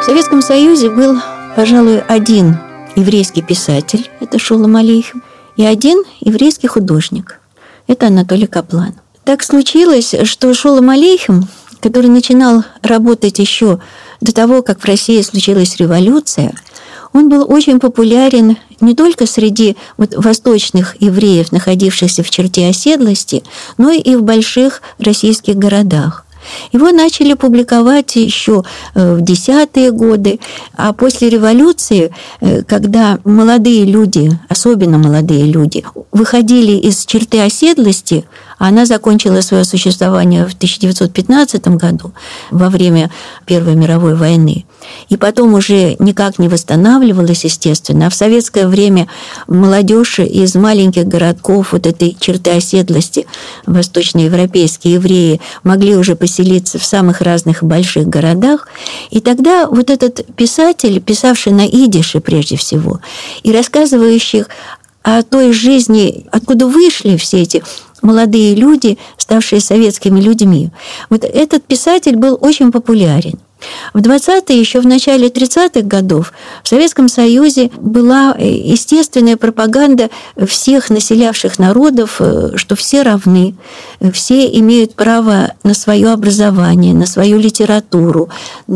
Советском Союзе был, пожалуй, один еврейский писатель, это Шолом Алейхем, и один еврейский художник, это Анатолий Каплан. Так случилось, что Шолом Алейхем, который начинал работать еще до того, как в России случилась революция, он был очень популярен не только среди восточных евреев, находившихся в черте оседлости, но и в больших российских городах. Его начали публиковать еще в 10-е годы, а после революции, когда молодые люди, особенно молодые люди, выходили из черты оседлости, а она закончила свое существование в 1915 году, во время Первой мировой войны, и потом уже никак не восстанавливалась, естественно. А в советское время молодежь из маленьких городков вот этой черты оседлости, восточноевропейские евреи, могли уже поселиться в самых разных больших городах. И тогда вот этот писатель, писавший на идише прежде всего, и рассказывающий о той жизни, откуда вышли все эти молодые люди, ставшие советскими людьми, вот этот писатель был очень популярен. В 20-е, еще в начале 30-х годов в Советском Союзе была естественная пропаганда всех населявших народов, что все равны, все имеют право на свое образование, на свою литературу,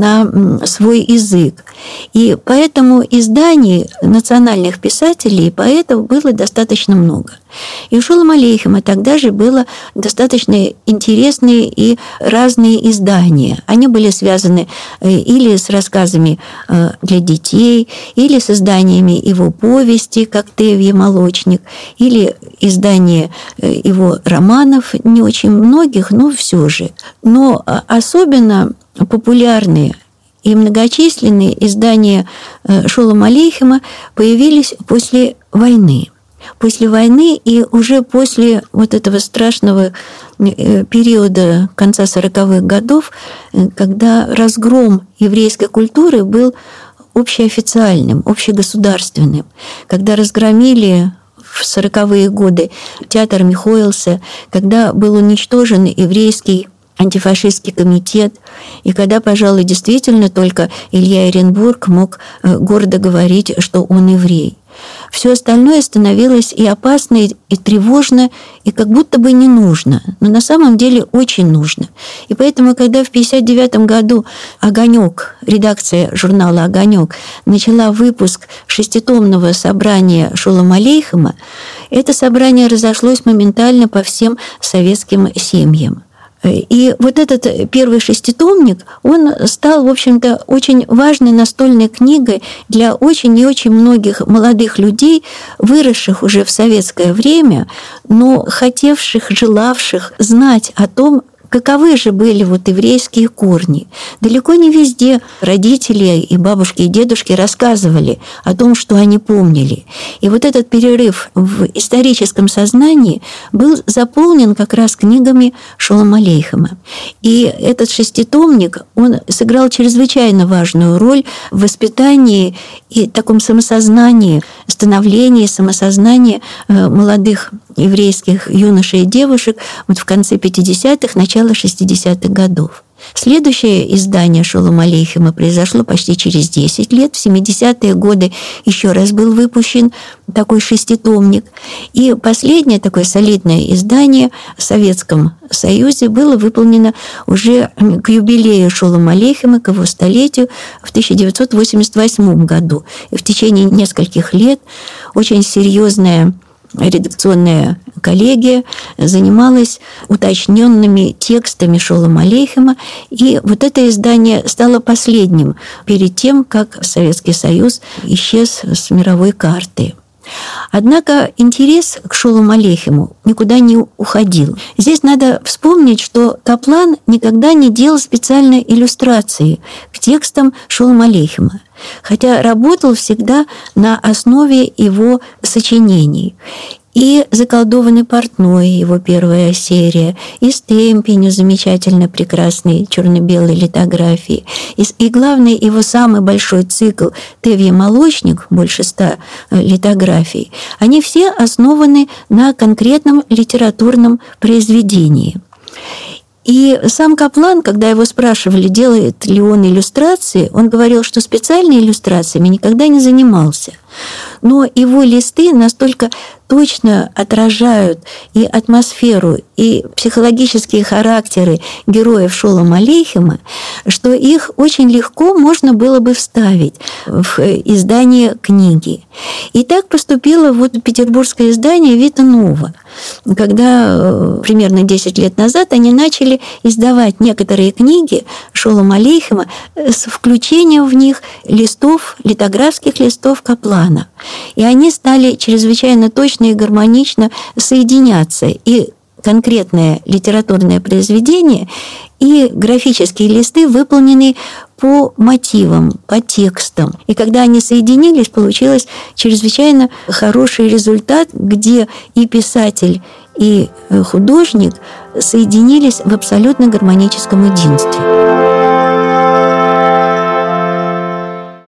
на свой язык. И поэтому изданий национальных писателей и поэтов было достаточно много. И у Шолома Алейхема тогда же было достаточно интересные и разные издания. Они были связаны или с рассказами для детей, или с изданиями его повести, как «Тевье молочник», или издания его романов, не очень многих, но все же. Но особенно популярные и многочисленные издания Шолома Алейхема появились после войны. После войны и уже после вот этого страшного периода конца 40-х годов, когда разгром еврейской культуры был общеофициальным, общегосударственным, когда разгромили в 40-е годы театр Михоэлса, когда был уничтожен еврейский антифашистский комитет, и когда, пожалуй, действительно только Илья Эренбург мог гордо говорить, что он еврей. Все остальное становилось и опасно, и тревожно, и как будто бы не нужно, но на самом деле очень нужно. И поэтому, когда в 1959 году «Огонек», редакция журнала «Огонек», начала выпуск 6-томного собрания Шолома Алейхема, это собрание разошлось моментально по всем советским семьям. И вот этот первый 6-томник, он стал, в общем-то, очень важной настольной книгой для очень и очень многих молодых людей, выросших уже в советское время, но хотевших, желавших знать о том, каковы же были вот еврейские корни. Далеко не везде родители и бабушки, и дедушки рассказывали о том, что они помнили. И вот этот перерыв в историческом сознании был заполнен как раз книгами Шолома Алейхема. И этот 6-томник, он сыграл чрезвычайно важную роль в воспитании и таком самосознании, становлении, самосознании молодых еврейских юношей и девушек вот в конце 50-х, начало 60-х годов. Следующее издание Шолома Алейхема произошло почти через 10 лет. В 70-е годы еще раз был выпущен такой 6-томник. И последнее такое солидное издание в Советском Союзе было выполнено уже к юбилею Шолома Алейхема, к его столетию в 1988 году. И в течение нескольких лет очень серьезная редакционная коллегия занималась уточненными текстами Шолома Алейхема, и вот это издание стало последним перед тем, как Советский Союз исчез с мировой карты. Однако интерес к Шолому Алейхему никуда не уходил. Здесь надо вспомнить, что Каплан никогда не делал специальной иллюстрации к текстам Шолома Алейхема, хотя работал всегда на основе его сочинений. И «Заколдованный портной», его первая серия, и «Стемпень» замечательно прекрасной черно-белой литографии, и главный его самый большой цикл «Тевье молочник», больше 100 литографий, они все основаны на конкретном литературном произведении. И сам Каплан, когда его спрашивали, делает ли он иллюстрации, он говорил, что специальными иллюстрациями никогда не занимался. Но его листы настолько точно отражают и атмосферу, и психологические характеры героев Шолома Алейхема, что их очень легко можно было бы вставить в издание книги. И так поступило петербургское издание «Вита Нова», когда примерно 10 лет назад они начали издавать некоторые книги Шолома Алейхема с включением в них литографских листов Каплана. И они стали чрезвычайно точно и гармонично соединяться. И конкретное литературное произведение, и графические листы, выполненные по мотивам, по текстам. И когда они соединились, получилось чрезвычайно хороший результат, где и писатель, и художник соединились в абсолютно гармоническом единстве.